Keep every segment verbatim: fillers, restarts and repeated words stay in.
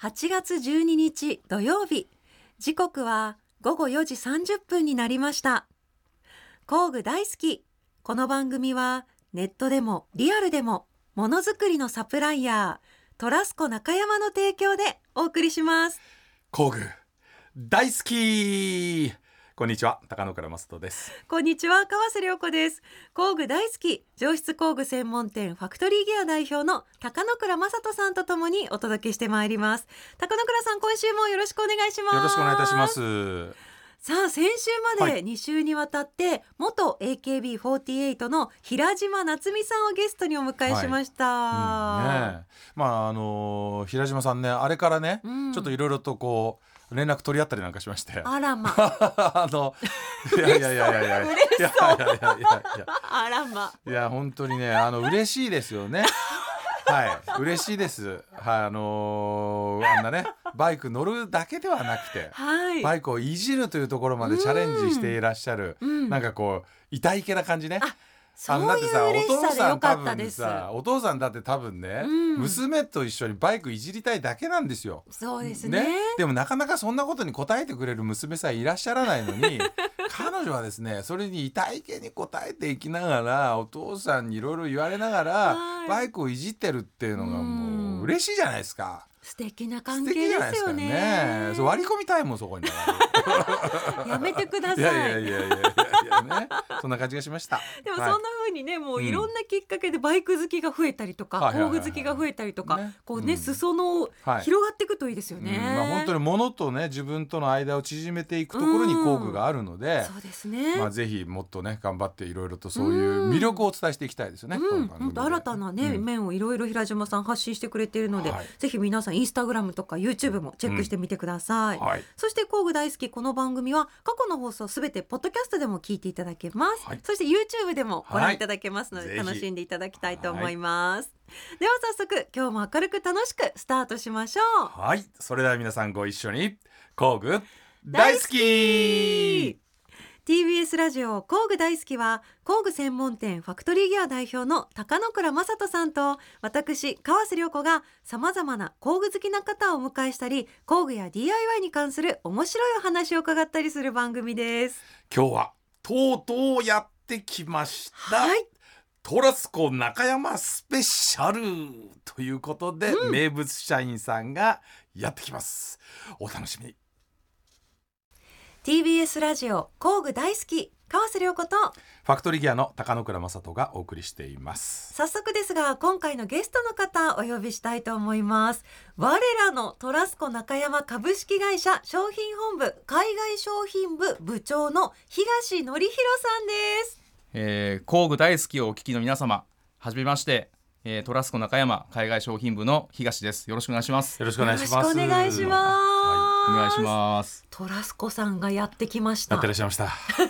はちがつじゅうににち土曜日、時刻はごごよじさんじゅっぷんになりました。工具大好き。この番組はネットでもリアルでもものづくりのサプライヤートラスコ中山の提供でお送りします。 工具大好き。こんにちは、高野倉正人です。 こんにちは、川瀬良子です。工具大好き上質工具専門店ファクトリーギア代表の高野倉正人さんとともにお届けしてまいります。高野倉さん、今週もよろしくお願いします。 よろしくお願いいたします。 さあ、先週までに週にわたって、はい、元 エーケービーフォーティーエイト の平島夏美さんをゲストにお迎えしました、 はいうんね、まああのー、平島さんね、あれからね、うん、ちょっといろいろとこう連絡取り合ったりなんかしまして、 あらまあのいやいやいやいやいや嬉しそういやいやいやいやあらまいや本当にね、あの嬉しいですよねはい嬉しいです。はい、あのー、あんなねバイク乗るだけではなくて、はい、バイクをいじるというところまでチャレンジしていらっしゃる、うん、なんかこう痛いけな感じね。 あそういう嬉しさでよかったです。 お父さんだって多分ね、うん、娘と一緒にバイクいじりたいだけなんですよ。 そうですね。ね、 でもなかなかそんなことに応えてくれる娘さんいらっしゃらないのに彼女はですね、それに痛いけに応えていきながら、お父さんにいろいろ言われながらバイクをいじってるっていうのがもう嬉しいじゃないですか。 素敵な関係ですよ ね, ねそう割り込みたいもんそこにやめてください。 いやいやいやいやいやね、そんな感じがしました。 でもそんな風にね、もういろんなきっかけでバイク好きが増えたりとか、工具好きが増えたりとか、こうね、裾野広がっていくといいですよね。 うんまあ、本当に物とね、自分との間を縮めていくところに工具があるので、 そうですね。 まあ、ぜひもっとね頑張っていろいろとそういう魅力をお伝えしていきたいですよね。 うん、本当新たなね、うん、面をいろいろ平島さん発信してくれているので、はい、ぜひ皆さんインスタグラムとかYouTube もチェックしてみてください、うんはい、そして工具大好きこの番組は過去の放送すべてポッドキャストでも聞いていただけます、はい、そして YouTube でもご覧いただけますので、はい、楽しんでいただきたいと思います、はい、では早速今日も明るく楽しくスタートしましょう。 はい、それでは皆さんご一緒に工具大好き。 ティービーエス ラジオ工具大好きは工具専門店ファクトリーギア代表の高野倉正人さんと私川瀬良子がさまざまな工具好きな方をお迎えしたり、工具や ディーアイワイ に関する面白いお話を伺ったりする番組です。 今日はとうとうやってきました、はい、トラスコ中山スペシャルということで、うん、名物社員さんがやってきます。お楽しみに。 ティービーエス ラジオ工具大好き川瀬良子とファクトリーギアの高野倉正人がお送りしています。 早速ですが今回のゲストの方お呼びしたいと思います。我らのトラスコ中山株式会社商品本部海外商品部部長の東典弘さんです。 えー、工具大好きをお聞きの皆様、はじめまして、えー、トラスコ中山海外商品部の東です。よろしくお願いします。 よろしくお願いします。 よろしくお願いします。 お願いします。 トラスコさんがやってきました。 やってらっしゃいました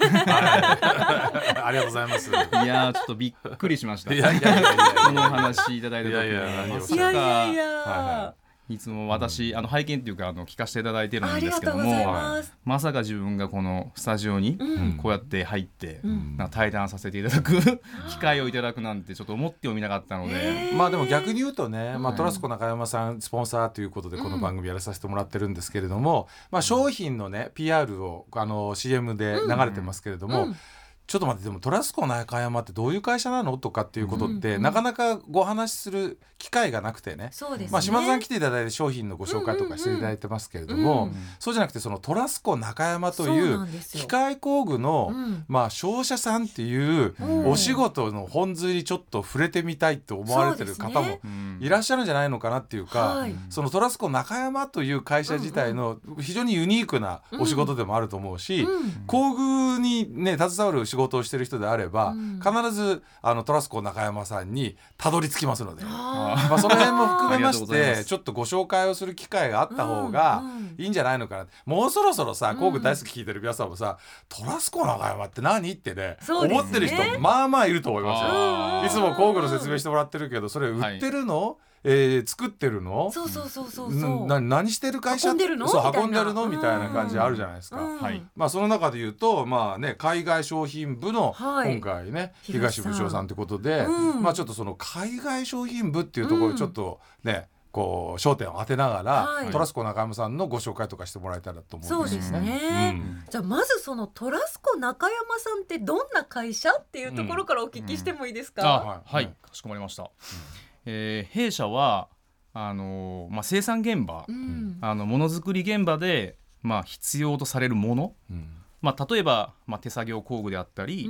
ありがとうございます。いやちょっとびっくりしました。 いやいやいやいやこの話いただいた時に、 いやいやまさか、いやいやいや、はいはい、いつも私、うん、あの拝見というかあの聞かせていただいてるんですけども、ま, まさか自分がこのスタジオにこうやって入って、うん、なんか対談させていただく機会をいただくなんてちょっと思ってもみなかったので、 まあでも逆に言うとね、まあ、トラスコ中山さんスポンサーということでこの番組やらさせてもらってるんですけれども、うんまあ、商品のね ピーアール をあの シーエム で流れてますけれども、うんうんちょっと待って、でもトラスコ中山ってどういう会社なのとかっていうことって、うんうん、なかなかご話しする機会がなくてね。 そうですね。 まあ、島田さん来ていただいて商品のご紹介とかしていただいてますけれども、うんうんうん、そうじゃなくてそのトラスコ中山という機械工具の、うんまあ、商社さんっていうお仕事の本髄にちょっと触れてみたいと思われてる方もいらっしゃるんじゃないのかなっていうか、うん、そのトラスコ中山という会社自体の非常にユニークなお仕事でもあると思うし、うん、工具にね携わる仕事をしてる人であれば、うん、必ずあのトラスコ中山さんにたどり着きますので、あ、まあ、その辺も含めましてちょっとご紹介をする機会があった方がいいんじゃないのかな、うんうん、もうそろそろさ工具大好き聞いてる皆さんもさ、うん、トラスコ中山って何って ね, ね思ってる人まあまあいると思いますよ。いつも工具の説明してもらってるけどそれ売ってるの、はいえー、作ってるのそうそうそうそうそうな何してる会社運んでるのそう運んでるのみたいな感じあるじゃないですか、 うんはいまあ、その中で言うと、まあね、海外商品部の今回ね、はい、東部長さんということで、うんまあ、ちょっとその海外商品部っていうところをちょっとね、うんこう焦点を当てながら、はい、トラスコ中山さんのご紹介とかしてもらえたらと思うんですよね。 そうですね、うん、じゃあまずそのトラスコ中山さんってどんな会社っていうところからお聞きしてもいいですか？うんうん、 はい、はい、かしこまりました。うん、えー、弊社はあのーまあ、生産現場、うん、あのものづくり現場で、まあ、必要とされるもの、うん、まあ、例えば、まあ、手作業工具であったり、うん、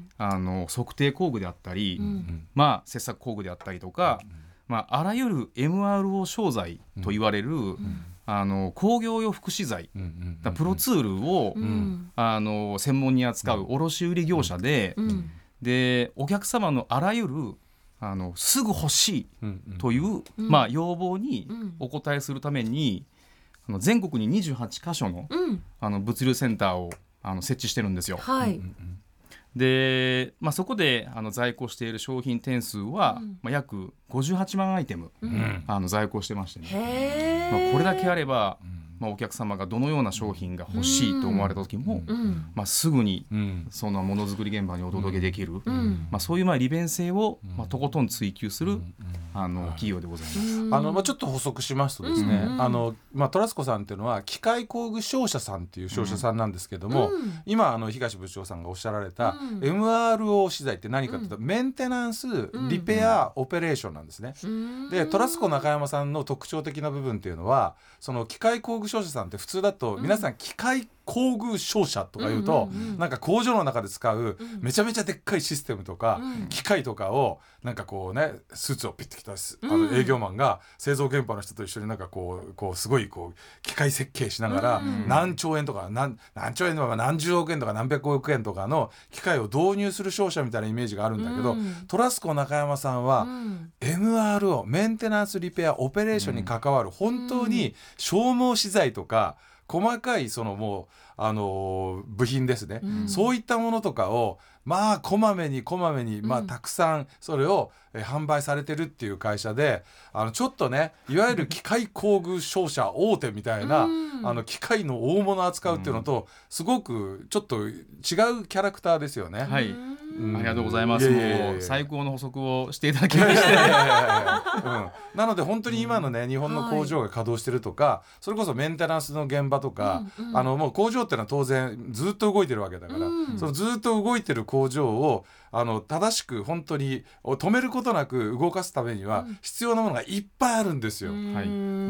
あの測定工具であったり、うん、まあ、切削工具であったりとか、うん、まあ、あらゆる エムアールオー 商材と言われる、うん、あの工業用福祉材、うん、だプロツールを、うん、あの専門に扱う卸売業者で、うん、でお客様のあらゆるあのすぐ欲しいという、うんうん、まあ、要望にお応えするために、うん、あの全国ににじゅうはちカ所の、うん、あの物流センターをあの設置してるんですよ。はい、で、まあ、そこであの在庫している商品点数は、うん、まあ、約ごじゅうはちまんアイテム、うん、あの在庫してましてね、まあ、これだけあれば、うん、まあ、お客様がどのような商品が欲しいと思われた時も、うん、まあ、すぐにそのものづくり現場にお届けできる、うん、まあ、そういうまあ利便性を、まあ、とことん追求する、あの企業でございます。 あの、まあ、ちょっと補足しますとですね、うんうん、あのまあ、トラスコさんっていうのは機械工具商社さんっていう商社さんなんですけども、うん、今あの東部長さんがおっしゃられた、うん、エムアールオー 資材って何かというと、うん、メンテナンスリペア、うん、オペレーションなんですね。うん、でトラスコ中山さんの特徴的な部分っていうのは、その機械工具商社さんって普通だと皆さん機械工具商社とか言うと、うんうんうん、なんか工場の中で使うめちゃめちゃでっかいシステムとか、うん、機械とかをなんかこうね、スーツをピッて着たあの営業マンが製造現場の人と一緒になんかこう、こうすごいこう機械設計しながら、うん、何兆円とか 何, 何兆円とか何十億円とか何百億円とかの機械を導入する商社みたいなイメージがあるんだけど、うん、トラスコ中山さんは、うん、エムアールオー メンテナンスリペアオペレーションに関わる、本当に消耗資材とか細かいそのもうあの部品ですね、うん、そういったものとかをまあこまめにこまめに、まあ、たくさんそれを、え販売されてるっていう会社で、あのちょっとね、いわゆる機械工具商社大手みたいな、うん、あの機械の大物を扱うっていうのと、すごくちょっと違うキャラクターですよね。 はい、うん、ありがとうございます。もう最高の補足をしていただきまして、うん、 なので本当に今のね、うん、日本の工場が稼働してるとか、はい、それこそメンテナンスの現場とか、うんうん、あのもう工場っていうのは当然ずっと動いてるわけだから、うん、そのずっと動いてる工場をあの正しく本当に止めることなく動かすためには必要なものがいっぱいあるんですよ。うん、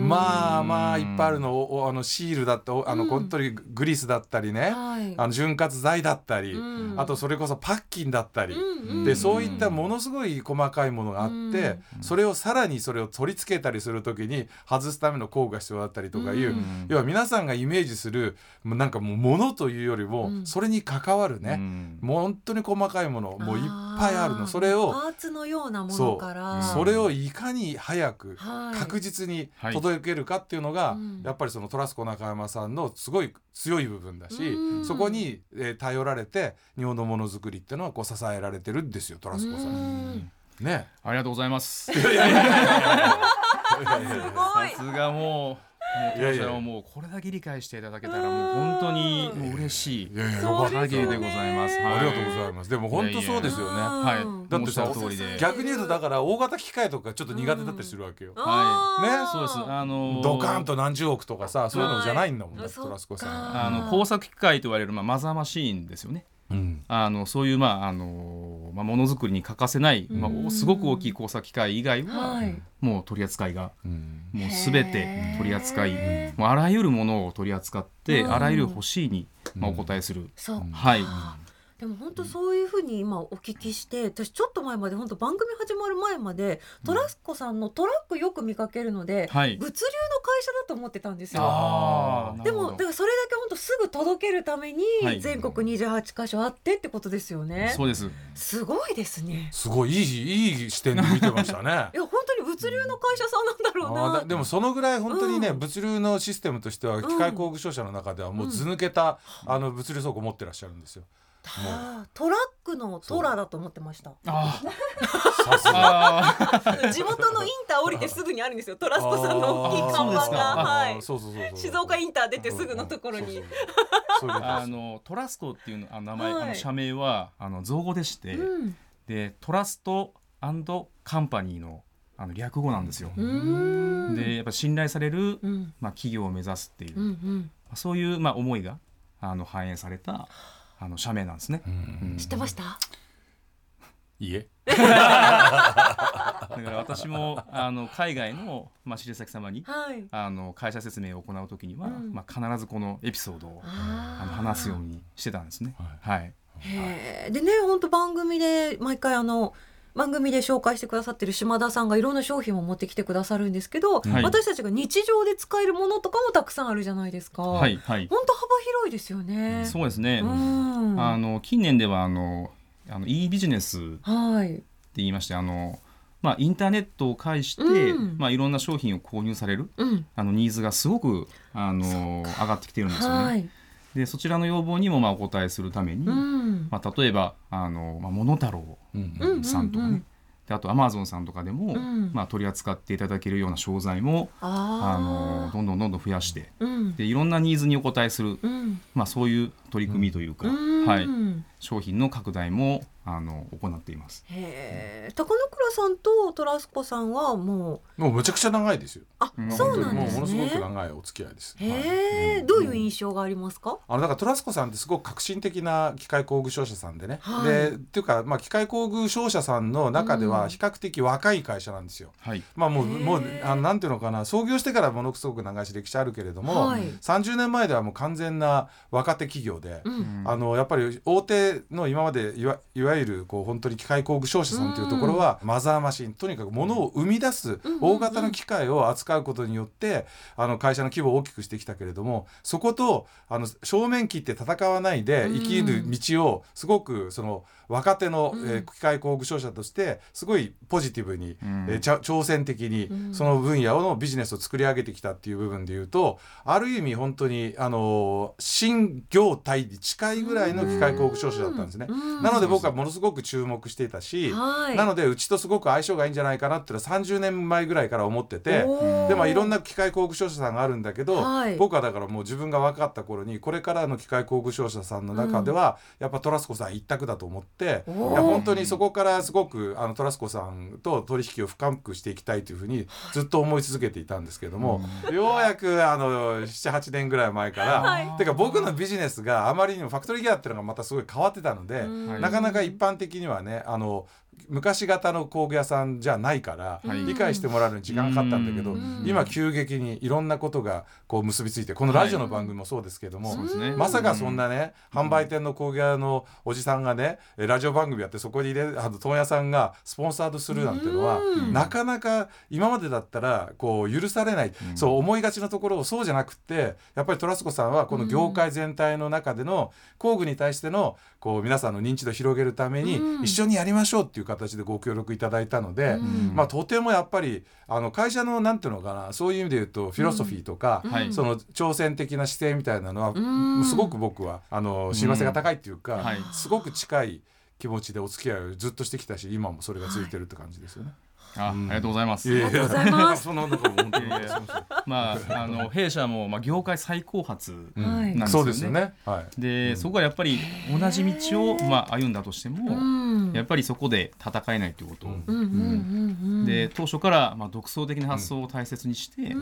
まあまあいっぱいあるの、あのシールだって、あの本当にグリスだったりね、はい、あの潤滑剤だったり、うん、あとそれこそパッキンだったり、うん、でそういったものすごい細かいものがあって、うん、それをさらにそれを取り付けたりするときに外すための工具が必要だったりとかいう、うん、要は皆さんがイメージするなんかもうものというよりも、うん、それに関わるね、うん、もう本当に細かいものもういっぱいあるの。それをパーツのようなものから、 それをいかに早く確実に届けるかっていうのが、はい、やっぱりそのトラスコ中山さんのすごい強い部分だし、うん、そこに、えー、頼られて日本のものづくりっていうのはこう支えられてるんですよ、トラスコさん、うんね、 ありがとうございます。 すごい。 さすがもうもう当社をもうこれだけ理解していただけたらもう本当にもう嬉しい限りでございます。 ありがとうございます。でも本当そうですよね。はい。だってさ、逆に言うとだから大型機械とかちょっと苦手だったりするわけよ。 はい。ね、そうです。あのドカンと何十億とかさ、そういうのじゃないんだもんだって、トラスコさん。 あの工作機械と言われるまあマザーマシーンですよね。うん、あのそういう、まああのまあ、ものづくりに欠かせない、まあ、すごく大きい工作機械以外は、はい、もう取り扱いが、うん、もう全て取り扱い、もうあらゆるものを取り扱って、うん、あらゆる欲しいに、まあ、お答えする、 うん、 はい、 でも本当そういうふうに今お聞きして、私ちょっと前まで本当番組始まる前までトラスコさんのトラックよく見かけるので、はい、物流の会社だと思ってたんですよ。あでもだからそれだけ本当すぐ届けるために全国にじゅうはちカ所あってってことですよね。 そうです。 すごいですね。 すごいいい、いい視点で見てましたね。 いや本当に物流の会社さんなんだろうな。 あでもそのぐらい本当にね、うん、物流のシステムとしては機械工具商社の中ではもう図抜けた、うん、あの物流倉庫を持ってらっしゃるんですよ。 トラックのトラだと思ってました。 あさすが地元のインター降りてすぐにあるんですよ、トラスコさんの大きい看板が、はい、静岡インター出てすぐのところに。 あのトラスコっていうのあの名前、はい、あの社名はあの造語でして、うん、でトラスト&カンパニーのあの略語なんですよ。でやっぱ信頼される、まあ、企業を目指すっていう、うんうん、そういう、まあ、思いがあの反映されたあの社名なんですね。 うんうん、知ってました？ いいえだから私もあの海外の、まあ、知り先様に、はい、あの会社説明を行うときには、うんまあ、必ずこのエピソードをあの話すようにしてたんですね。はいはい、 へでね本当番組で毎回あの番組で紹介してくださってる島田さんがいろんな商品を持ってきてくださるんですけど、はい、私たちが日常で使えるものとかもたくさんあるじゃないですか。はいはい、本当幅広いですよね。 そうですね、うん、あの近年ではあのあの e ビジネスって言いまして、はいあのまあ、インターネットを介して、うんまあ、いろんな商品を購入される、うん、あのニーズがすごくあの上がってきてるんですよね。はい、でそちらの要望にもまあお答えするために、うんまあ、例えばあの、まあ、モノタロウさんとかね、うんうんうん、であとアマゾンさんとかでも、うんまあ、取り扱っていただけるような商材もあのどんどんどんどん増やして、うん、でいろんなニーズにお答えする、うんまあ、そういう取り組みというか、うんはい、商品の拡大もあの行っています。 へー、高野倉さんとトラスコさんはもうもうむちゃくちゃ長いですよ。 あ、うん、そうなんですね。 もうものすごく長いお付き合いです。 へー、はい、どういう印象がありますか？ あのだからトラスコさんってすごく革新的な機械工具商社さんでね、はい、でっていうか、まあ、機械工具商社さんの中では比較的若い会社なんですよ。うんまあ、もうもうあのなんていうのかな、創業してからものすごく長いし歴史あるけれども、はい、さんじゅうねんまえではもう完全な若手企業で、うん、あのやっぱり大手の今までいわ、いわゆるこう本当に機械工具商社さんというところは、うん、マザーマシンとにかく物を生み出す大型の機械を扱うことによってあの会社の規模を大きくしてきたけれども、そことあの正面切って戦わないで生きる道をすごくその若手の、うんえー、機械工具商社としてすごいポジティブに、うんえー、挑戦的にその分野のビジネスを作り上げてきたっていう部分でいうと、ある意味本当にあの新業態に近いぐらいの機械工具商社だったんですね。なので僕はものすごく注目していたし、なのでうちとすごく相性がいいんじゃないかなっていうのはさんじゅうねんまえぐらいから思ってて、でまあいろんな機械工具商社さんがあるんだけど、はい、僕はだからもう自分が分かった頃にこれからの機械工具商社さんの中では、うん、やっぱトラスコさん一択だと思って、いや本当にそこからすごくあのトラスコさんと取引を深くしていきたいというふうにずっと思い続けていたんですけども、うん、ようやくあのななはちねんぐらい前から、はい、てか僕のビジネスがあまりにもファクトリーギアっていうのがまたすごい変わってたので、うん、なかなか一般的にはねあの昔型の工具屋さんじゃないから、はい、理解してもらうのに時間かかったんだけど、うん、今急激にいろんなことがこう結びついて、このラジオの番組もそうですけども、はい、まさかそんなね、うん、販売店の工具屋のおじさんがねラジオ番組やってそこに入れあの問屋さんがスポンサードするなんていうのは、うん、なかなか今までだったらこう許されない、うん、そう思いがちなところをそうじゃなくってやっぱりトラスコさんはこの業界全体の中での工具に対してのこう皆さんの認知度を広げるために一緒にやりましょうっていう形でご協力いただいたので、うんまあ、とてもやっぱりあの会社のなんていうのかな、そういう意味で言うとフィロソフィーとか、うん、その挑戦的な姿勢みたいなのは、うん、すごく僕はあの親和性が高いっていうか、うんはい、すごく近い気持ちでお付き合いをずっとしてきたし、今もそれが続いてるって感じですよね。 あ, うん、ありがとうございます。 ありがとうございます。 まああの弊社もまあ業界最高発なんですよね。 そうですよね。はい。 で、うん、そこはやっぱり同じ道をまあ歩んだとしても、うん、やっぱりそこで戦えないということ。うんうん、で当初からまあ独創的な発想を大切にして、うん、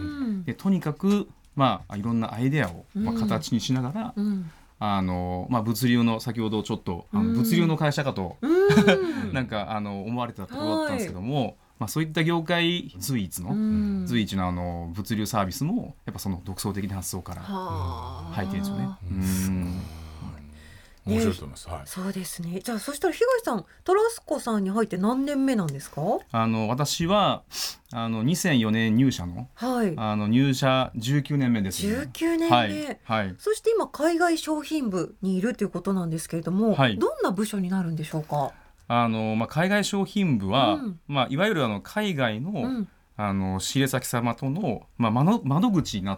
でとにかくまあいろんなアイデアをまあ形にしながら。うんあのまあ、物流の先ほどちょっとあの物流の会社かと、うん、なんかあの思われてたところだったんですけども、はいまあ、そういった業界随一の、うん、随一の、あの物流サービスもやっぱその独創的な発想から入ってるんですよね。うん面白いと思います、はい、 そうですね。じゃあそしたら東さんトラスコさんに入って何年目なんですか？ あの私はあのにせんよねん入社の、はい、あの入社じゅうきゅうねんめです、ね、 じゅうきゅうねんめ、はいはい、そして今海外商品部にいるということなんですけれども、はい、どんな部署になるんでしょうか？ あの、まあ、海外商品部は、うんまあ、いわゆるあの海外の、うん、あの仕入れ先様との、まあ、窓, 窓口になって、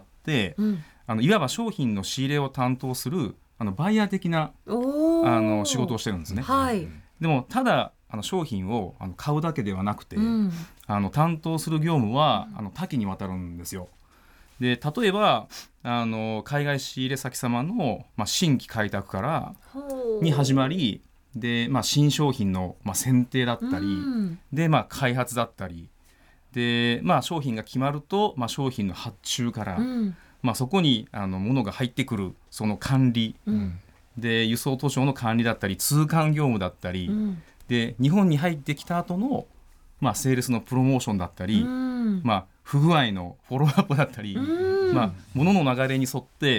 うん、あのいわば商品の仕入れを担当するあのバイヤー的なあの仕事をしてるんですね、はい、でもただあの商品をあの買うだけではなくて、うん、あの担当する業務はあの多岐にわたるんですよ。で例えばあの海外仕入れ先様の、まあ、新規開拓からに始まりで、まあ、新商品の、まあ、選定だったり、うんでまあ、開発だったりで、まあ、商品が決まると、まあ、商品の発注から、うんまあ、そこにあの物が入ってくるその管理、うん、で輸送途上の管理だったり通関業務だったり、うん、で日本に入ってきた後の、まあ、セールスのプロモーションだったり、うんまあ、不具合のフォローアップだったり、うんまあ、物の流れに沿って、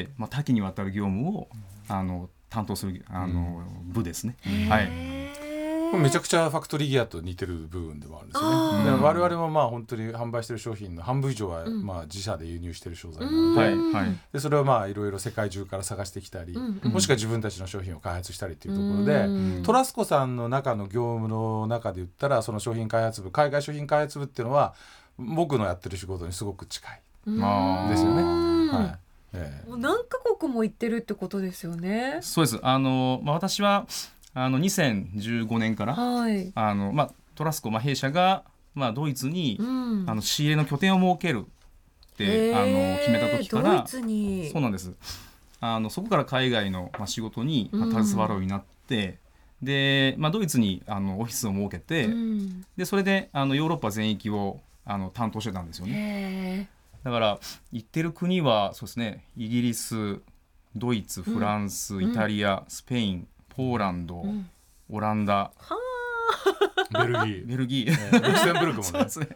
まあ、多岐にわたる業務をあの担当するあの、うん、部ですね。はいめちゃくちゃファクトリーギアと似てる部分でもあるんですよね。我々もまあ本当に販売してる商品の半分以上はまあ自社で輸入してる商材なので、うんはい、でそれをまあいろいろ世界中から探してきたり、うん、もしくは自分たちの商品を開発したりっていうところで、うん、トラスコさんの中の業務の中で言ったらその商品開発部海外商品開発部っていうのは僕のやってる仕事にすごく近いですよね。はいえー、もう何カ国も行ってるってことですよね。 そうです。あの、まあ、私はあのにせんじゅうごねんから、はいあのまあ、トラスコ、まあ、弊社が、まあ、ドイツに、うん、あの仕入れの拠点を設けるってあの決めた時からドイツにそうなんです。あのそこから海外の、まあ、仕事に、まあ、携わるようになって、うんでまあ、ドイツにあのオフィスを設けて、うん、でそれであのヨーロッパ全域をあの担当してたんですよね。だから行ってる国はそうですね、イギリス、ドイツ、フランス、うん、イタリア、スペイン、ポーランド、うん、オランダ、 ベルギー、 ベルギー、 えー、ルクセンブルクもね。そうですね。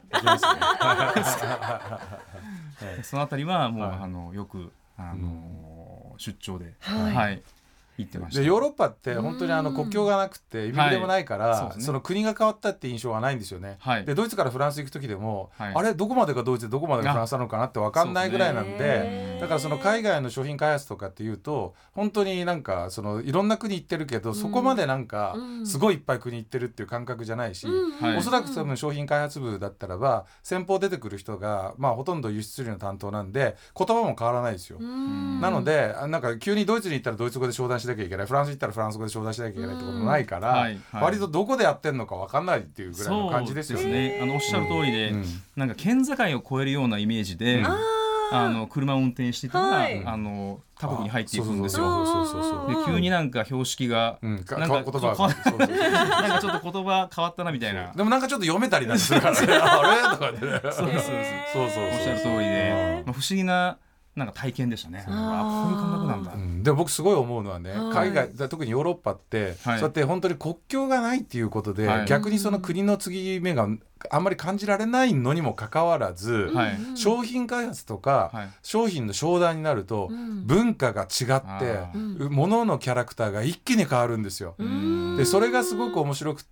そのあたりはもう、はい、あのよくあの、うん、出張で、はいはい行ってました。 でヨーロッパって本当にあの国境がなくて海辺でもないから、はい そ, ね、その国が変わったって印象はないんですよね。はい、でドイツからフランス行く時でも、はい、あれどこまでがドイツでどこまでがフランスなのかなって分かんないぐらいなん で, でだからその海外の商品開発とかっていうと本当になんかそのいろんな国行ってるけど、うん、そこまでなんかすごいいっぱい国行ってるっていう感覚じゃないし、うん、おそらくその商品開発部だったらば先方出てくる人が、まあ、ほとんど輸出入の担当なんで言葉も変わらないですよ。なのでなんか急にドイツに行ったらドイツ語で商談しなきゃいけない、フランスに行ったらフランス語で商談しなきゃいけないってこともないから、はいはい、割とどこでやってんのか分かんないっていうぐらいの感じですよね。 そうですね。あのおっしゃる通りで、うん、なんか県境を越えるようなイメージで、うん、あの車を運転してたら、はい、あの他国に入っていくんですよ。で急になんか標識が、うん、なんか言葉がそうそうそうなんかちょっと言葉変わったなみたいな。 でもなんかちょっと読めたりなんかするからね。あれとかね。そうそうそうそうそうおっしゃる通りで、まあ、不思議ななんか体験でしたね。あこういう感覚なんだ、うん、 でも僕すごい思うのはね、海外特にヨーロッパって、はい、そうやって本当に国境がないっていうことで、はい、逆にその国の継ぎ目があんまり感じられないのにもかかわらず、はい、商品開発とか、はい、商品の商談になると、うん、文化が違って、うん、物のキャラクターが一気に変わるんですよ。でそれがすごく面白くって、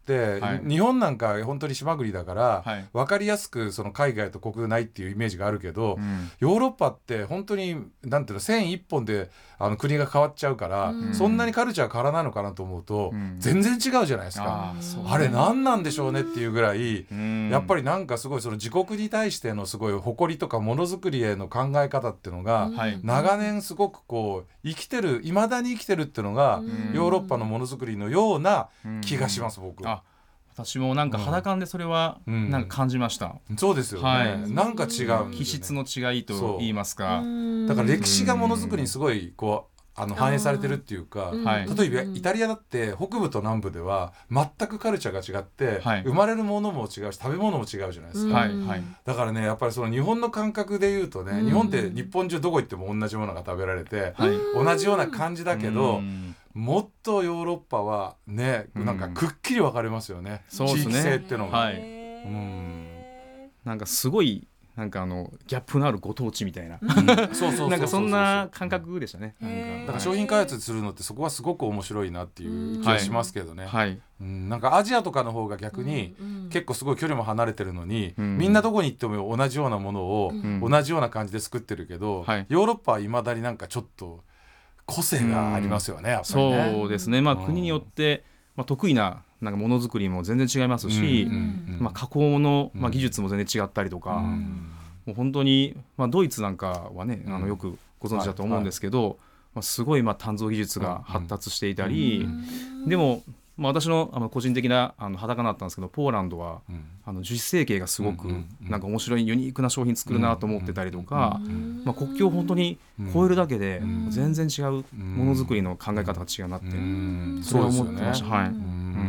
はい、日本なんか本当に島国だから、はい、分かりやすくその海外と国内っていうイメージがあるけど、うん、ヨーロッパって本当になんていうの線一本であの国が変わっちゃうから、うん、そんなにカルチャー変わらないのかなと思うと、うん、全然違うじゃないですか。 あ, あれ何なんでしょうねっていうぐらい、うん、やっぱりなんかすごいその自国に対してのすごい誇りとかものづくりへの考え方っていうのが、うん、長年すごくこう生きてるいまだに生きてるっていうのが、うん、ヨーロッパのものづくりのような気がします、うん、僕。あ私もなんか肌感でそれはなんか感じました、 うん、そうですよね、はい、なんか違うんですよね。 気質の違いと言いますか、 だから歴史がものづくりにすごいこうあの反映されてるっていうか、例えばイタリアだって北部と南部では全くカルチャーが違って、はい、生まれるものも違うし食べ物も違うじゃないですか、はいはい、だからねやっぱりその日本の感覚で言うとね、日本って日本中どこ行っても同じものが食べられて、はい、同じような感じだけど、もっとヨーロッパはねなんかくっきり分かれますよね、うん、地域性ってのが、はい、うんなんかすごいなんかあのギャップのあるご当地みたいな、なんかそんな感覚でしたね。なんかだから商品開発するのってそこはすごく面白いなっていう気がしますけどね、はい、うん、なんかアジアとかの方が逆に結構すごい距離も離れてるのに、うん、みんなどこに行っても同じようなものを同じような感じで作ってるけど、うん、ヨーロッパはいまだになんかちょっと個性がありますよね、うん、やっぱりね。 そうですね、まあ、国によって、まあ、得意ななんかものづくりも全然違いますし、うんうんうんまあ、加工の、まあ、技術も全然違ったりとか、うん、もう本当に、まあ、ドイツなんかはね、うん、あのよくご存知だと思うんですけど、はいはいまあ、すごいまあ鍛造技術が発達していたり、うんうん、でも、まあ、私の、あの個人的なあの裸だったんですけど、ポーランドは、うん、あの樹脂成形がすごくなんか面白いユニークな商品作るなと思ってたりとか、まあ、国境を本当に越えるだけで全然違うものづくりの考え方が違うなって、それは思ってました。はい。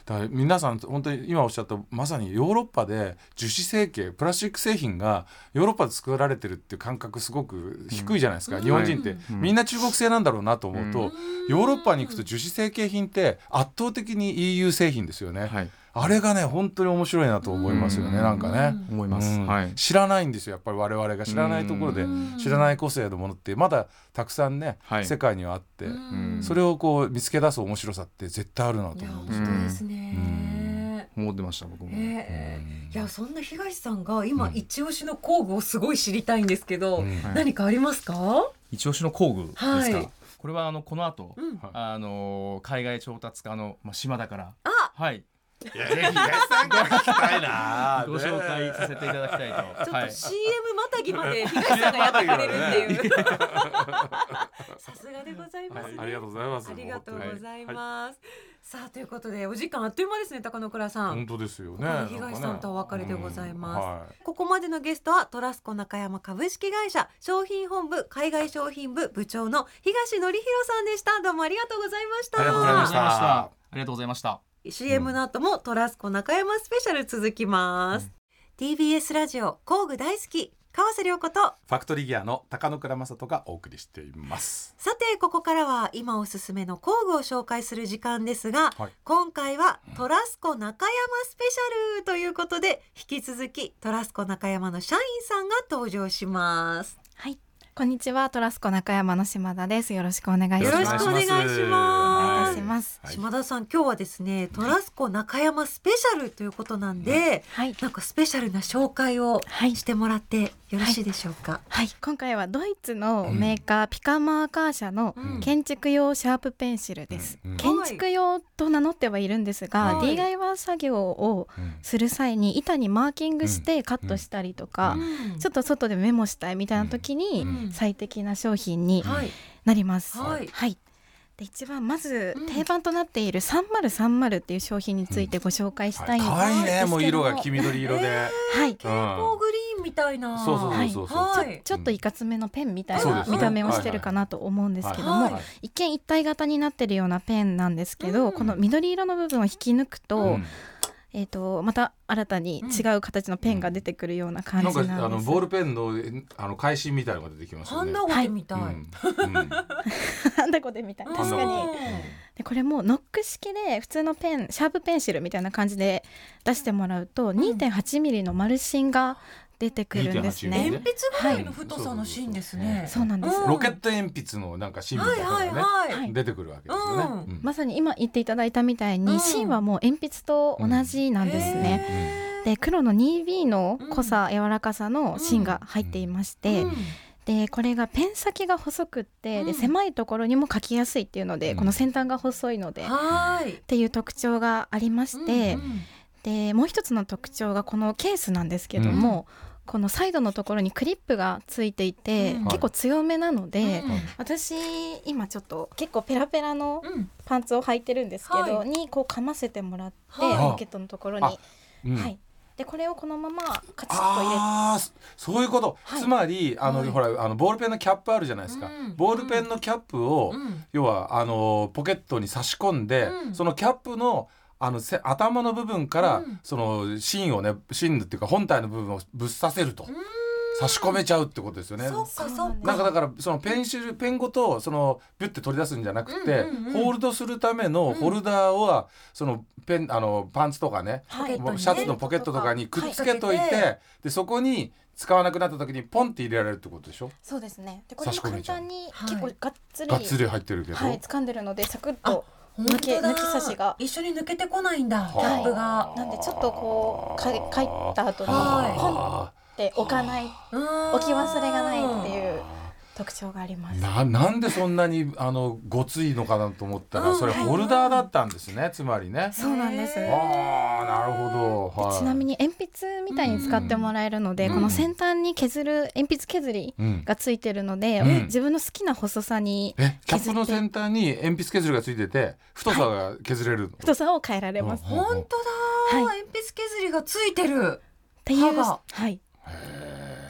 だから皆さん本当に今おっしゃったまさにヨーロッパで樹脂成形プラスチック製品がヨーロッパで作られてるっていう感覚すごく低いじゃないですか、うん、日本人って、うん、みんな中国製なんだろうなと思うと、うん、ヨーロッパに行くと樹脂成形品って圧倒的に イーユー 製品ですよね、はい、あれがね本当に面白いなと思いますよね、なんかね思います、はい、 知らないんですよやっぱり我々が知らないところで知らない個性のものってまだたくさんね、はい、世界にはあってそれをこう見つけ出す面白さって絶対あるなと思うんですよ。 本当ですね、 思ってました僕も、 えー、いやそんな東さんが今、うん、一押しの工具をすごい知りたいんですけど、うん、何かありますか？ 一押しの工具ですか、はい、これはあのこの後、うん、あの海外調達家の、まあ、島田からあはいいや東さんが聞きたいなご紹介させていただきたいとちょっと シーエム またぎまで東さんがやってくれるっていうさすがでございます、ねはい、ありがとうございますありがとうございます、はい、さあということでお時間あっという間ですね高野倉さん。 本当ですよね。 ここで東さんとお別れでございます、うんはい、ここまでのゲストはトラスコ中山株式会社商品本部海外商品部部長の東典弘さんでした。どうもありがとうございました。 ありがとうございました。ありがとうございました。 シーエム の後もトラスコ中山スペシャル続きます、うん、ティービーエス ラジオ工具大好き川瀬良子とファクトリーギアの高野倉正人がお送りしています。 さてここからは今おすすめの工具を紹介する時間ですが、はい、今回はトラスコ中山スペシャルということで引き続きトラスコ中山の社員さんが登場します。 はい、こんにちは。トラスコ中山の島田です。よろしくお願いします。 よろしくお願いします。お願いします、 はい、島田さん今日はですねトラスコ中山スペシャルということなんで、はい、なんかスペシャルな紹介をしてもらってよろしいでしょうか？ はいはい、今回はドイツのメーカー、うん、ピカマーカー社の建築用シャープペンシルです、うんうん、建築用と名乗ってはいるんですが、はい、ディーアイワイ 作業をする際に板にマーキングしてカットしたりとか、うん、ちょっと外でメモしたいみたいな時に最適な商品になります、はいはいはい、で一番まず定番となっているさんまるさんまるっていう商品についてご紹介したいんですけど、 可愛いね、もう色が黄緑色で、えー、はい、蛍光グリーンみたいな、 そうそうそうそうそう、 はい、ちょ、ちょっといかつめのペンみたいな見た目をしてるかなと思うんですけども、はいはい、一見一体型になってるようなペンなんですけど、うん、この緑色の部分を引き抜くと、うんえー、とまた新たに違う形のペンが出てくるような感じなんです、うん、なんかあのボールペン の, あの返しみたいなのが出てきますよね。 ハンダゴテみたい、はいうんうん、 ハンダゴテみたい確かに。でこれもノック式で普通のペンシャープペンシルみたいな感じで出してもらうと にてんはちミリの丸芯が出てくるんですね。 鉛筆ぐらいの太さの芯ですね、はい、 そうなんです、 うん、ロケット鉛筆のなんか芯みたいなのがね、はいはい、出てくるわけですよね、 うんうん、まさに今言っていただいたみたいに、うん、芯はもう鉛筆と同じなんですね、うん、で黒の ツービー の濃さ、柔らかさの芯が入っていまして、うんうんでこれがペン先が細くって、うん、で狭いところにも書きやすいっていうので、うん、この先端が細いので、はい、っていう特徴がありまして、うんうん、でもう一つの特徴がこのケースなんですけども、うん、このサイドのところにクリップがついていて、うん、結構強めなので、うん、私今ちょっと結構ペラペラのパンツを履いてるんですけど、はい、にこうかませてもらって、はい、ポケットのところに、うんはいでこれをこのままカチッと入れてあそういうこと、はい、つまりあの、はい、ほらあのボールペンのキャップあるじゃないですか、うん、ボールペンのキャップを、うん、要はあのポケットに差し込んで、うん、そのキャップのあのせ頭の部分から、うん、その芯をね芯っていうか本体の部分をぶっ刺せると、うん差し込めちゃうってことですよね。 そうかそうか。 なんかだからそのペンシルペンごとそのビュッて取り出すんじゃなくて、うんうんうん、ホールドするためのホルダーはそのペンあのパンツとかね、はい、シャツのポケットとかにくっつけといて、はい、でそこに使わなくなった時にポンって入れられるってことでしょ。 そうですね。でこれも簡単に結構がっつり、 はい、がっつり入ってるけど、 はい、掴んでるのでサクッと抜け抜き差しが一緒に抜けてこないんだキャップが。 なんでちょっとこうか書いた後にポンって置かない置き忘れがないっていう特徴があります。 な, なんでそんなにあのごついのかなと思ったらそれホルダーだったんですね、つまりね。 そうなんです。 あなるほど、はい、 ちなみに鉛筆みたいに使ってもらえるので、うん、この先端に削る鉛筆削りがついてるので、うん、自分の好きな細さに削って、えキャップの先端に鉛筆削りがついてて太さが削れる、はい、 太さを変えられます。 本当だ、はい、鉛筆削りがついてるっていう、はい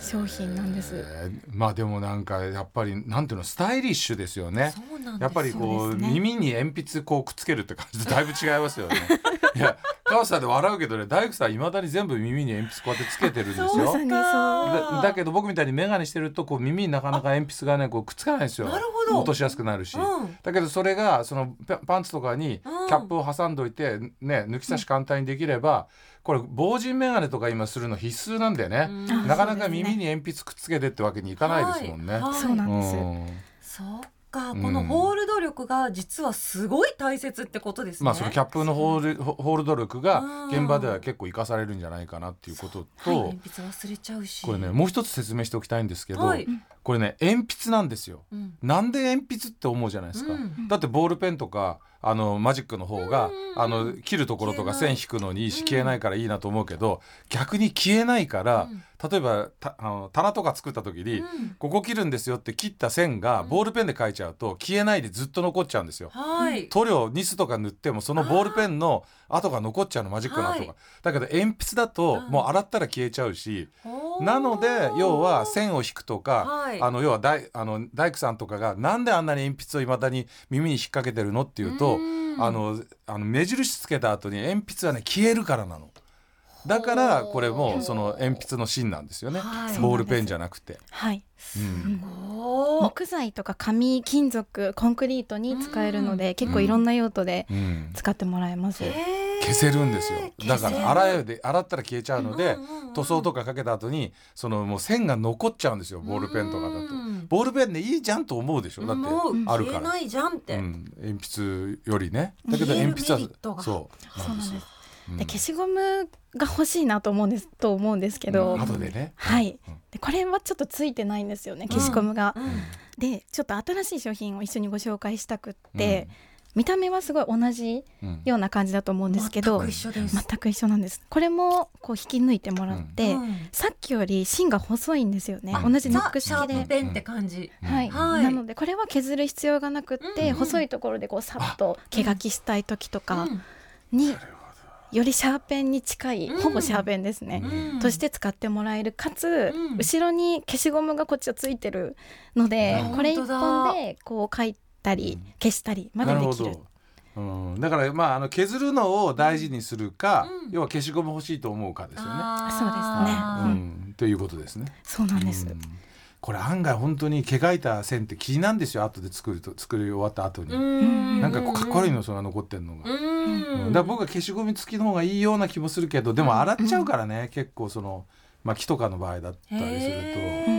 商品なんです、 えー、まあでもなんかやっぱりなんていうのスタイリッシュですよね。 そうなんです。 やっぱりこう、ね、耳に鉛筆こうくっつけるって感じでだいぶ違いますよねいや川瀬さんで笑うけどね、大工さんいまだに全部耳に鉛筆こうやってつけてるんですよ。 そうだ, だけど僕みたいに眼鏡してるとこう耳になかなか鉛筆がねこうくっつかないんですよ。 なるほど。 落としやすくなるし、 うん、 だけどそれがそのパンツとかにキャップを挟んどいて、ね、抜き差し簡単にできれば、これ防塵眼鏡とか今するの必須なんでね、うん、なかなか耳に鉛筆くっつけてってわけにいかないですもんね、 はいはい、 そうなんです、 うん、 そうか、このホールド力が実はすごい大切ってことですね。 まあそのキャップのホール、ホールド力が現場では結構生かされるんじゃないかなっていうことと、 はい、鉛筆忘れちゃうし、 これねもう一つ説明しておきたいんですけど、はい、これね鉛筆なんですよ、うん、なんで鉛筆って思うじゃないですか、うん、だってボールペンとかあのマジックの方が、うん、あの切るところとか線引くのにいいし、うん、消えないからいいなと思うけど、逆に消えないから、うん、例えばたあの棚とか作った時に、うん、ここ切るんですよって切った線がボールペンで書いちゃうと消えないでずっと残っちゃうんですよ、はい、塗料ニスとか塗ってもそのボールペンの跡が残っちゃうの、マジックの跡が、はい、だけど鉛筆だともう洗ったら消えちゃうし、うん、なので要は線を引くとか、はい、あの要は大あの大工さんとかがなんであんなに鉛筆をいまだに耳に引っ掛けてるのっていうと、あのあの目印つけた後に鉛筆はね消えるからなの。だからこれもその鉛筆の芯なんですよね、はい、ボールペンじゃなくて、 はい、うん、木材とか紙、金属、コンクリートに使えるので、うん、結構いろんな用途で使ってもらえます、うんうん、 消せるんですよ。だから洗えで洗ったら消えちゃうので、うん、塗装とかかけた後にそのもう線が残っちゃうんですよ、ボールペンとかだと、うん、ボールペンでいいじゃんと思うでしょ、だってあるから、 消えないじゃんって、 うん、鉛筆よりね。だけど鉛筆はそうなんですよ。 で消しゴムが欲しいなと思うんですと思うんですけど、 うん、後でね、 はい、うん、でこれはちょっとついてないんですよね、消しゴムが、うんうん、でちょっと新しい商品を一緒にご紹介したくって、うん、見た目はすごい同じような感じだと思うんですけど、 うん、全く一緒です。 全く一緒なんです。これもこう引き抜いてもらって、うん、さっきより芯が細いんですよね、同じノック式でシャープペンって感じ、 はいはい、なのでこれは削る必要がなくって、うん、細いところでこうさっと毛書きしたい時とかに、うん、よりシャーペンに近い、うん、ほぼシャーペンですね、うん、として使ってもらえる、かつ、うん、後ろに消しゴムがこっちはついてるので、うん、これ一本でこう書いたり、うん、消したりまでできる。 うん、だから、まあ、あの削るのを大事にするか、うん、要は消しゴム欲しいと思うかですよね。 そうですね、 うん、ということですね。 そうなんです、うん、 これ案外本当に毛描いた線って気なんですよ、後で作ると作り終わった後に、んなんかこうかっこ悪いの、それが残ってるのが、うん、だから僕は消しゴム付きの方がいいような気もするけど、でも洗っちゃうからね、うん、結構その、まあ、木とかの場合だったりすると、うん、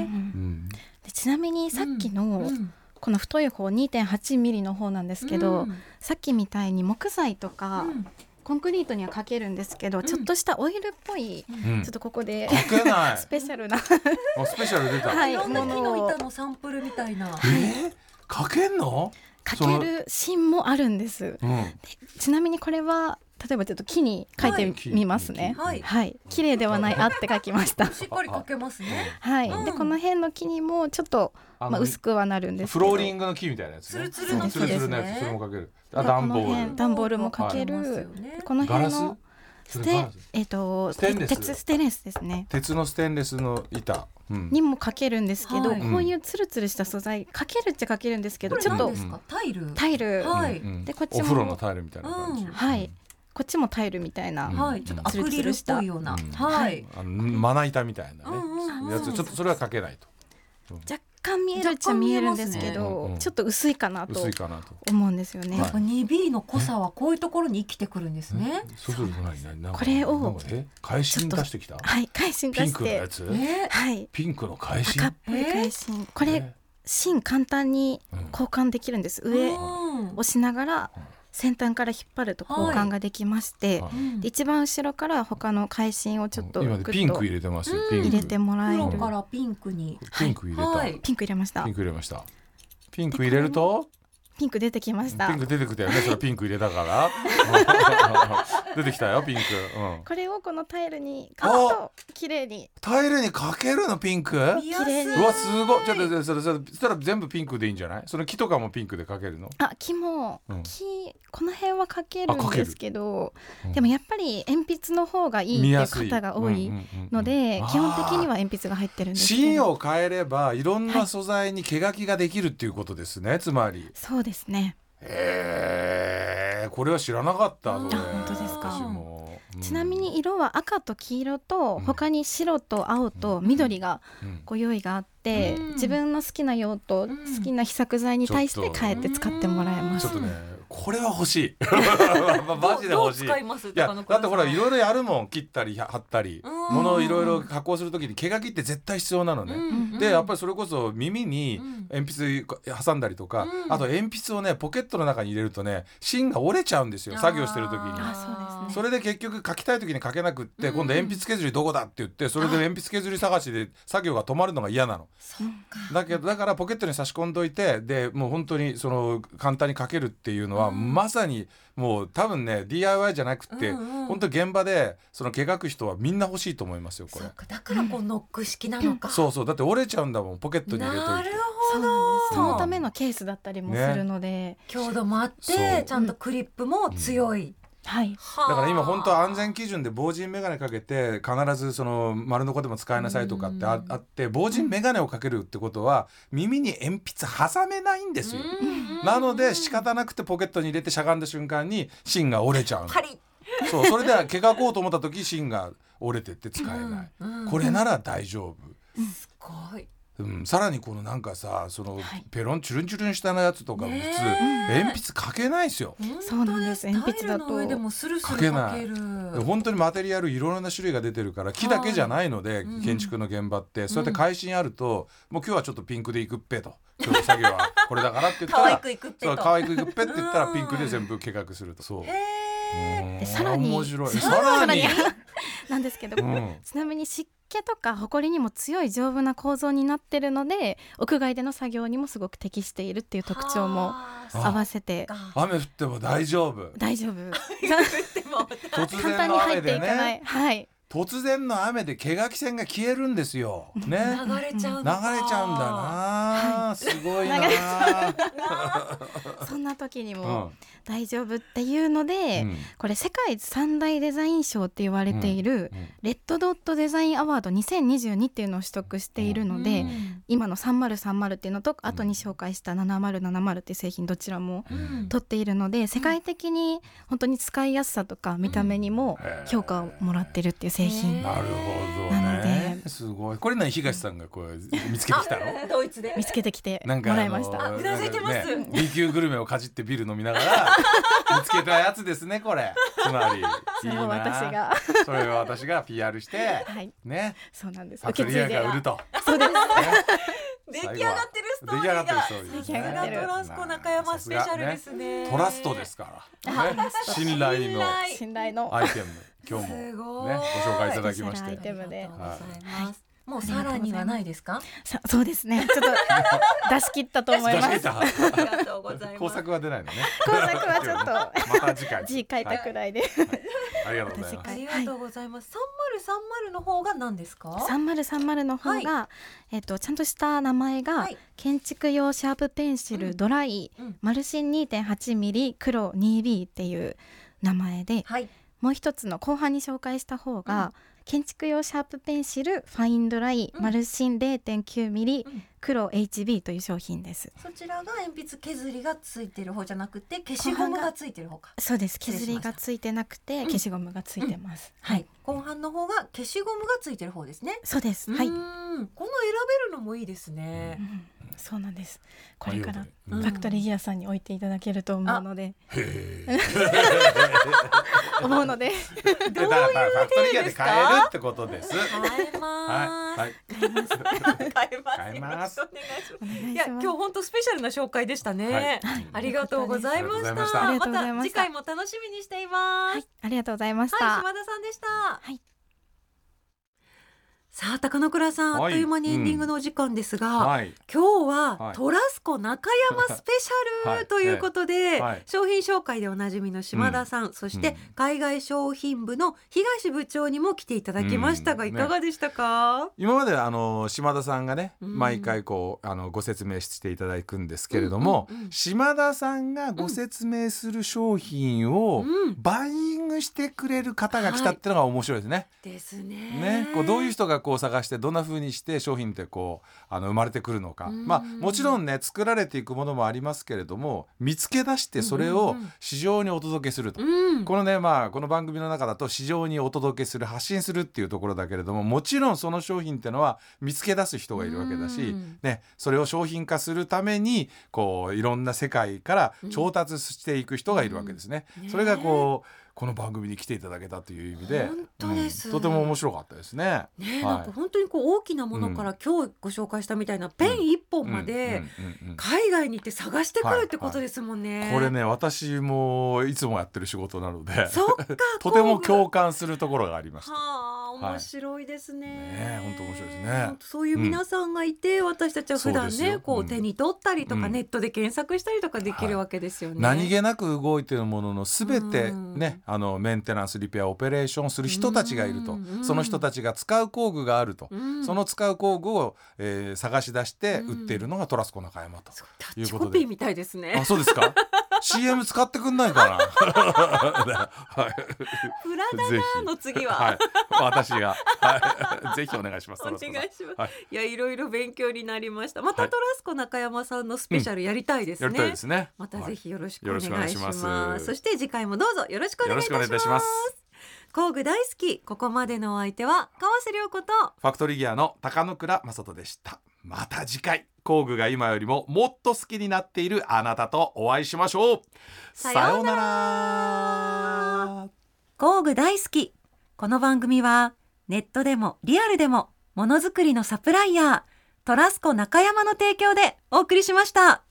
でちなみにさっきの、うんうんこの太い方 にてんはちミリの方なんですけど、うん、さっきみたいに木材とか、うん、コンクリートにはかけるんですけど、うん、ちょっとしたオイルっぽい、うん、ちょっとここでかけないスペシャルなスペシャル出た、 はい、いろんな木の板のサンプルみたいな、 えー、かけんの？ かける芯もあるんです、うん、でちなみにこれは例えばちょっと木に書いてみますね、はいはい、綺麗ではないあって書きましたしっかり書けますね、 はい、うん、でこの辺の木にもちょっと、まあ、薄くはなるんですけど、 フローリングの木みたいなやつね、 ツルツルの木ですね、 それも書ける、あ段ボール段ボールも書ける、はい、この辺のステ、えー、とステンレス鉄ステンレスですね、 鉄のステンレスの板、うん、 にもかけるんですけど、はい、こういうツルツルした素材かけるっちゃかけるんですけど、ちょっとタイルタイル、 はい、 でこっちもお風呂のタイルみたいな感じ、 うん、はいこっちもタイルみたいな、 はい、ちょっとアクリルっぽいような、うん、はい、 あのまな板みたいなね、うんうん、やつちょっとそれはかけないと、 うん、若干見えるっちゃ見えるんですけど、ね、ちょっと薄いかなと思うんですよね。 やっぱ ツービー の濃さはこういうところに生きてくるんですね。 そうすると何何これを返し出してきた、 はい返し出して、 ピンクのやつ、 えー、 はい、 ピンクの返し、 赤っぽい返し、これ芯簡単に交換できるんです、うん、上押しながら先端から引っ張ると交換ができまして、はい、で一番後ろから他の返芯をちょっとグッとピンク入れてますよ、 ピンク入れてもらえる、 黒からピンクにピンク入れた、 はい、ピンク入れました、 ピンク入れましたピンク入れるとピンク出てきました。 ピンク出てきたよね。それピンク入れたから出てきたよピンク、うん、 これをこのタイルに描くと綺麗に。 タイルにかけるのピンク。 綺麗に。 うわすごい。ちょっとそれそしたら全部ピンクでいいんじゃない？その木とかもピンクでかけるの？ あ、木も、うん、木この辺はかけるんですけど、 うん、 でもやっぱり鉛筆の方がいいっていう方が多いので、基本的には鉛筆が入ってるんですけど、 芯を変えればいろんな素材に毛書きができるっていうことですね、はい、つまり。 そうですね。 へー、これは知らなかった。それ。 本当ですか。 私も、うん、 ちなみに色は赤と黄色と他に白と青と緑がご用意があって、うん、自分の好きな用途、うん、好きな被作剤に対して変えて使ってもらえます。 ちょっとね、これは欲しいマジで欲しい。 どう使います？ いやだってほらいろいろやるもん、切ったり貼ったり物をいろいろ加工するときに毛書きって絶対必要なのね、うん、でやっぱりそれこそ耳に鉛筆挟んだりとか、うん、あと鉛筆をねポケットの中に入れるとね芯が折れちゃうんですよ、作業してるときに。 あ、そうですね。 それで結局書きたいときに書けなくって、うん、今度鉛筆削りどこだって言ってそれで鉛筆削り探しで作業が止まるのが嫌なの。だけどだからポケットに差し込んどいて、でもう本当にその簡単に書けるっていうのは、うん、まさにもう多分ね ディーアイワイ じゃなくて、うんうん、本当現場でその毛書く人はみんな欲しいと思いますよこれ。 そうか、だからこうノック式なのか、うん、 そうそう、だって折れちゃうんだもんポケットに入れといて。 なるほど。 そのためのケースだったりもするので、ね、 強度もあってちゃんとクリップも強い、うん、 はい、 だから今本当は安全基準で防塵メガネかけて必ずその丸のこでも使いなさいとかって あ, あって防塵メガネをかけるってことは耳に鉛筆挟めないんですよ。なので仕方なくてポケットに入れてしゃがんだ瞬間に芯が折れちゃうの。 パリッそう、それで毛書こうと思った時芯が折れてって使えない、うんうん、これなら大丈夫、 うん、すごい。 うん、さらにこのなんかさそのペロンチュルンチュルンしたやつとか普通、ね、鉛筆書けないですよ。 そうなんです。鉛筆だと書けない。本当にマテリアルいろんな種類が出てるから木だけじゃないので、はい、建築の現場って、うん、そうやって会心あるともう今日はちょっとピンクでいくっぺと今日の作業はこれだからって言ったら可愛くいくっぺと可愛くいくっぺって言ったらピンクで全部計画すると。そうでさらに面白い。さらになんですけど、うん、ちなみに湿気とかホコリにも強い丈夫な構造になってるので屋外での作業にもすごく適しているっていう特徴も合わせて。 雨降っても大丈夫大丈夫突然の雨でね、 はい、 突然の雨で毛書き線が消えるんですよ、ね、 流れちゃうんだ流れちゃうんだな、はい、すごいなそんな時にも大丈夫っていうので、うん、これ世界三大デザイン賞って言われている、うんうん、レッドドットデザインアワードにせんにじゅうにっていうのを取得しているので、うん、今のさんまるさんまるっていうのと後に紹介したななまるななまるっていう製品どちらも取っているので、うん、世界的に本当に使いやすさとか見た目にも評価をもらってるっていう製品なるほどね。すごい。これ何東さんがこう見つけてきたのドイツで見つけてきてもらいました。 うなずいてます、 ね、B 級グルメをかじってビール飲みながら見つけたやつですねこれ。つまりそれを私がそれを私が ピーアール して、 はい、 ね、 そうなんです。 パトリアが売ると。 そうです、ね、 出来上がってるストーリーが出来上がってるトラスコ中山スペシャルですね。 トラストですから、ね、信頼の信頼のアイテム今日も、ね、ご紹介いただきましてアイテムで、 はい、もうさらにはないですか？ そうですね。ちょっと出し切ったと思います。 出し切った。 ありがとうございます。 工作は出ないのね。 工作はちょっとまた次回。 字書いたくらいで、はいはい。ありがとうございます。 ありがとうございます。さんまるさんまるの方が何ですか？ さんまるさんまるの方が、はい、えっとちゃんとした名前が、はい、建築用シャープペンシル、うん、ドライ、うん、マルシン にてんはちミリ 黒 ツービー っていう名前で、はい、もう一つの後半に紹介した方が、うん、建築用シャープペンシルファインドライ、うん、マルシン れいてんきゅうミリ、うん、黒 エイチビー という商品です。 そちらが鉛筆削りがついてる方じゃなくて消しゴムがついてる方か。 そうです。削りがついてなくて消しゴムがついてます、 うんうん、はい。後半の方が消しゴムがついてる方ですね。 そうです。はい。この選べるのもいいですね、 うん、そうなんです。これからファクトリーギアさんに置いていただけると思うので、 うん、へ思うのでどういうファクトリーギアで買えるってことです。 買えます、はいはい、買えます買えます。よろしくお願いします。いや今日本当スペシャルな紹介でしたね、はい、ありがとうございました。また次回も楽しみにしています、はい、 ありがとうございました、 はい、島田さんでした、 はい。 さあ高野倉さん、はい、あっという間にエンディングのお時間ですが、うんはい、今日は、はい、トラスコ中山スペシャルということで、はい、商品紹介でおなじみの島田さん、うん、そして海外商品部の東部長にも来ていただきましたが、うん、いかがでしたか？ ね、今まであの島田さんがね、うん、毎回こうあのご説明していただくんですけれども、うんうんうん、島田さんがご説明する商品をバイイングしてくれる方が来たっていうのが面白いですね。 はい、ですね。 ね、こうどういう人がこう探してどんな風にして商品ってこうあの生まれてくるのか、まあ、もちろんね作られていくものもありますけれども、見つけ出してそれを市場にお届けすると、うん、このね、まあ、この番組の中だと市場にお届けする発信するっていうところだけれども、もちろんその商品っていうのは見つけ出す人がいるわけだし、うんね、それを商品化するためにこういろんな世界から調達していく人がいるわけですね。うんね、それがこうこの番組に来ていただけたという意味で本当です、 うん、とても面白かったですね。 ね、はい、なんか本当にこう大きなものから、うん、今日ご紹介したみたいなペン一本まで海外に行って探してくるってことですもんね。 はいはい、これね私もいつもやってる仕事なのでそっかとても共感するところがありました。 はあ、面白いですね。 ね、本当面白いですね。 そういう皆さんがいて、うん、私たちは普段ねこう手に取ったりとか、うん、ネットで検索したりとかできるわけですよね。 はい、何気なく動いているもののすべてね、あのメンテナンスリペアオペレーションする人たちがいると、その人たちが使う工具があると、その使う工具を、えー、探し出して売っているのがトラスコ中山ということで、 タッチコピーみたいですね。 あ、そうですか。シーエム 使ってくんないかな。はい、 プラダナの次は、 はい、私が、はい、ぜひお願いします。 お願いします。はい、いやいろいろ勉強になりました。またトラスコ中山さんのスペシャルやりたいですね。うん、 やりたいですね。 またぜひよろしくお願いします。はい、ますそして次回もどうぞよろしくお願いいたします。 ます工具大好き。ここまでのお相手は川瀬良子とファクトリーギアの高野倉正人でした。また次回工具が今よりももっと好きになっているあなたとお会いしましょう。 さようなら。工具大好き。この番組はネットでもリアルでもものづくりのサプライヤートラスコ中山の提供でお送りしました。